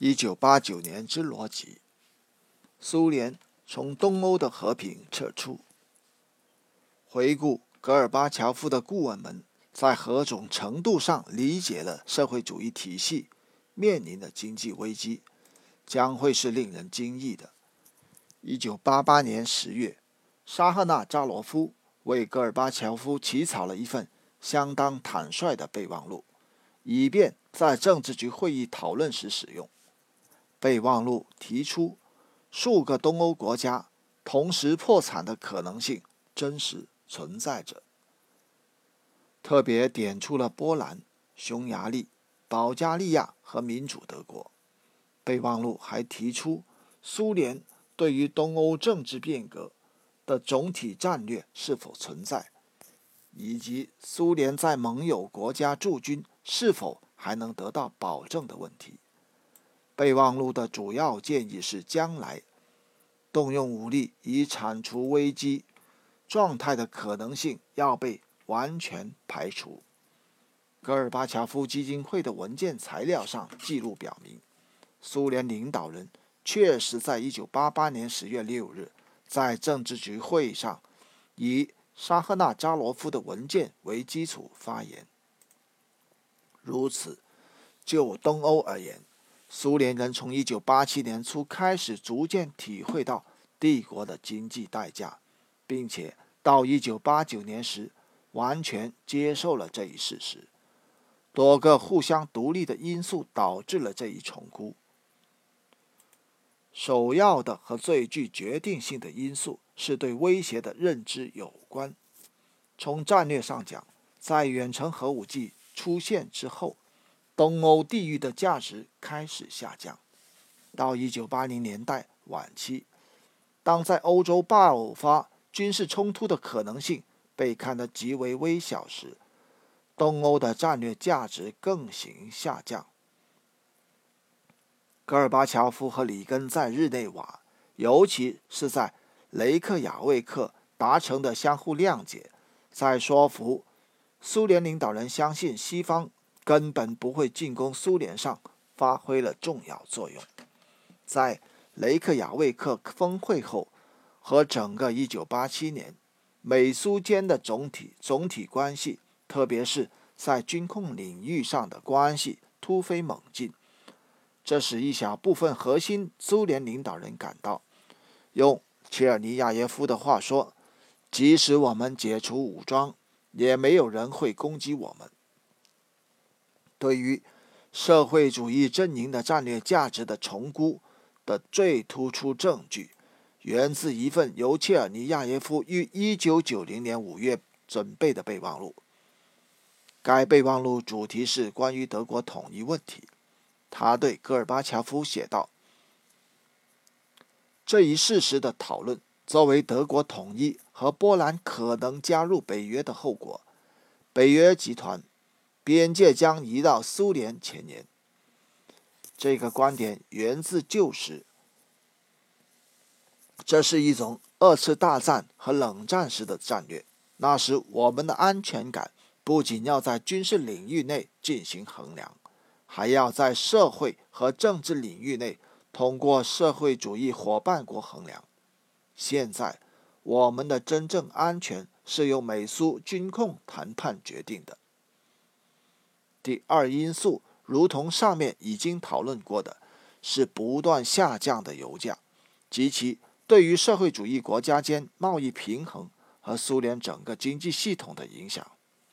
1989年之逻辑，苏联从东欧的和平撤出。回顾戈尔巴乔夫的顾问们在何种程度上理解了社会主义体系面临的经济危机，将会是令人惊异的。1988年10月，沙赫纳扎罗夫为戈尔巴乔夫起草了一份相当坦率的备忘录，以便在政治局会议讨论时使用。备忘录提出，数个东欧国家同时破产的可能性真实存在着，特别点出了波兰、匈牙利、保加利亚和民主德国。备忘录还提出，苏联对于东欧政治变革的总体战略是否存在，以及苏联在盟友国家驻军是否还能得到保证的问题。备忘录的主要建议是，将来动用武力以铲除危机状态的可能性要被完全排除。戈尔巴乔夫基金会的文件材料上记录表明，苏联领导人确实在1988年10月6日在政治局会议上以沙赫纳扎罗夫的文件为基础发言。如此，就东欧而言，苏联人从1987年初开始逐渐体会到帝国的经济代价，并且到1989年时完全接受了这一事实。多个互相独立的因素导致了这一重估。首要的和最具决定性的因素是对威胁的认知有关。从战略上讲，在远程核武器出现之后，东欧地域的价值开始下降。到1980年代晚期，当在欧洲爆发军事冲突的可能性被看得极为微小时，东欧的战略价值更行下降。戈尔巴乔夫和里根在日内瓦，尤其是在雷克雅未克达成的相互谅解，在说服苏联领导人相信西方根本不会进攻苏联上发挥了重要作用。在雷克雅未克峰会后和整个1987年，美苏间的总体关系，特别是在军控领域上的关系突飞猛进。这使一小部分核心苏联领导人感到，用切尔尼亚耶夫的话说，即使我们解除武装，也没有人会攻击我们。对于社会主义阵营的战略价值的重估的最突出证据，源自一份由切尔尼亚耶夫于1990年5月准备的备忘录。该备忘录主题是关于德国统一问题。他对戈尔巴乔夫写道：这一事实的讨论作为德国统一和波兰可能加入北约的后果，北约集团边界将移到苏联前沿。这个观点源自旧时，这是一种二次大战和冷战时的战略。那时我们的安全感不仅要在军事领域内进行衡量，还要在社会和政治领域内通过社会主义伙伴国衡量。现在，我们的真正安全是由美苏军控谈判决定的。第二因素，如同上面已经讨论过的，是不断下降的油价及其对于社会主义国家间贸易平衡和苏联整个经济系统的影响。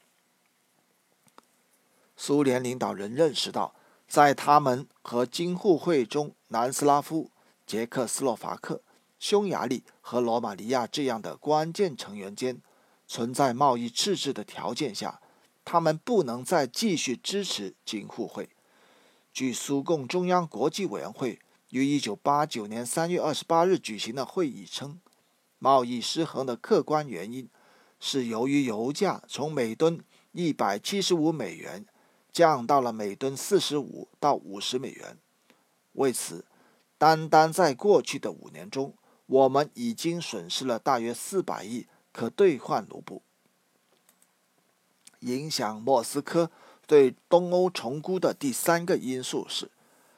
苏联领导人认识到，在他们和京沪会中南斯拉夫、捷克斯洛伐克、匈牙利和罗马尼亚这样的关键成员间存在贸易赤字的条件下，他们不能再继续支持京沪会。据苏共中央国际委员会于1989年3月28日举行的会议称，贸易失衡的客观原因是由于油价从每吨175美元降到了每吨45到50美元。为此，单单在过去的5年中，我们已经损失了大约400亿可兑换卢布。影响莫斯科对东欧重估的第三个因素是，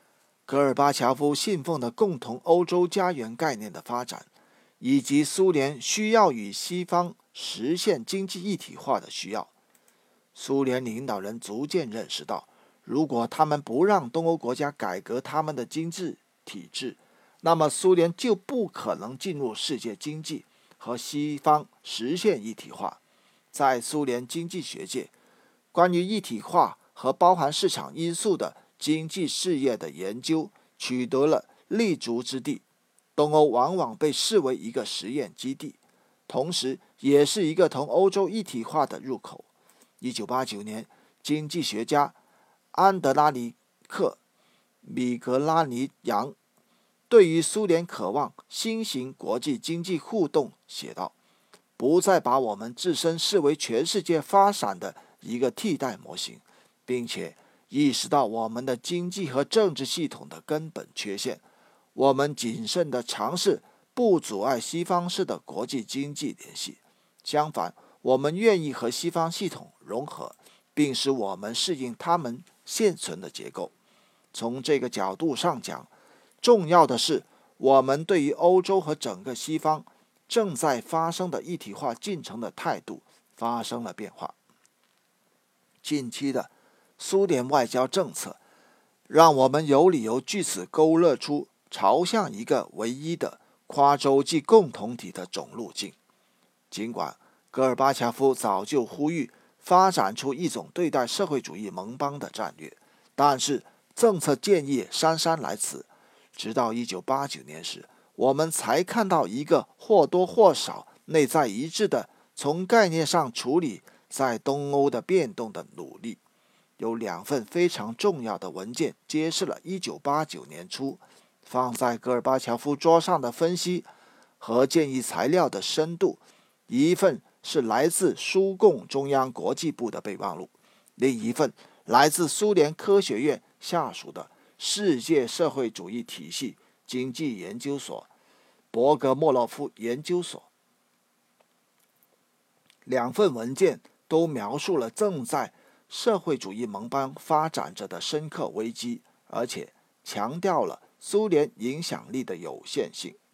戈尔巴乔夫信奉的共同欧洲家园概念的发展，以及苏联需要与西方实现经济一体化的需要。苏联领导人逐渐认识到，如果他们不让东欧国家改革他们的经济体制，那么苏联就不可能进入世界经济和西方实现一体化。在苏联经济学界，关于一体化和包含市场因素的经济事业的研究取得了立足之地。东欧往往被视为一个实验基地，同时也是一个同欧洲一体化的入口。1989年，经济学家安德拉尼克·米格拉尼扬对于苏联渴望新型国际经济互动写道：不再把我们自身视为全世界发展的一个替代模型，并且意识到我们的经济和政治系统的根本缺陷。我们谨慎地尝试不阻碍西方式的国际经济联系，相反，我们愿意和西方系统融合，并使我们适应他们现存的结构。从这个角度上讲，重要的是我们对于欧洲和整个西方正在发生的一体化进程的态度发生了变化。近期的苏联外交政策让我们有理由据此勾勒出朝向一个唯一的跨洲际共同体的总路径。尽管戈尔巴乔夫早就呼吁发展出一种对待社会主义盟邦的战略，但是政策建议姗姗来迟。直到1989年时，我们才看到一个或多或少内在一致的从概念上处理在东欧的变动的努力。有2份非常重要的文件揭示了1989年初放在戈尔巴乔夫桌上的分析和建议材料的深度。一份是来自苏共中央国际部的备忘录，另一份来自苏联科学院下属的世界社会主义体系经济研究所伯格莫洛夫研究所。2份文件都描述了正在社会主义盟邦发展着的深刻危机，而且强调了苏联影响力的有限性。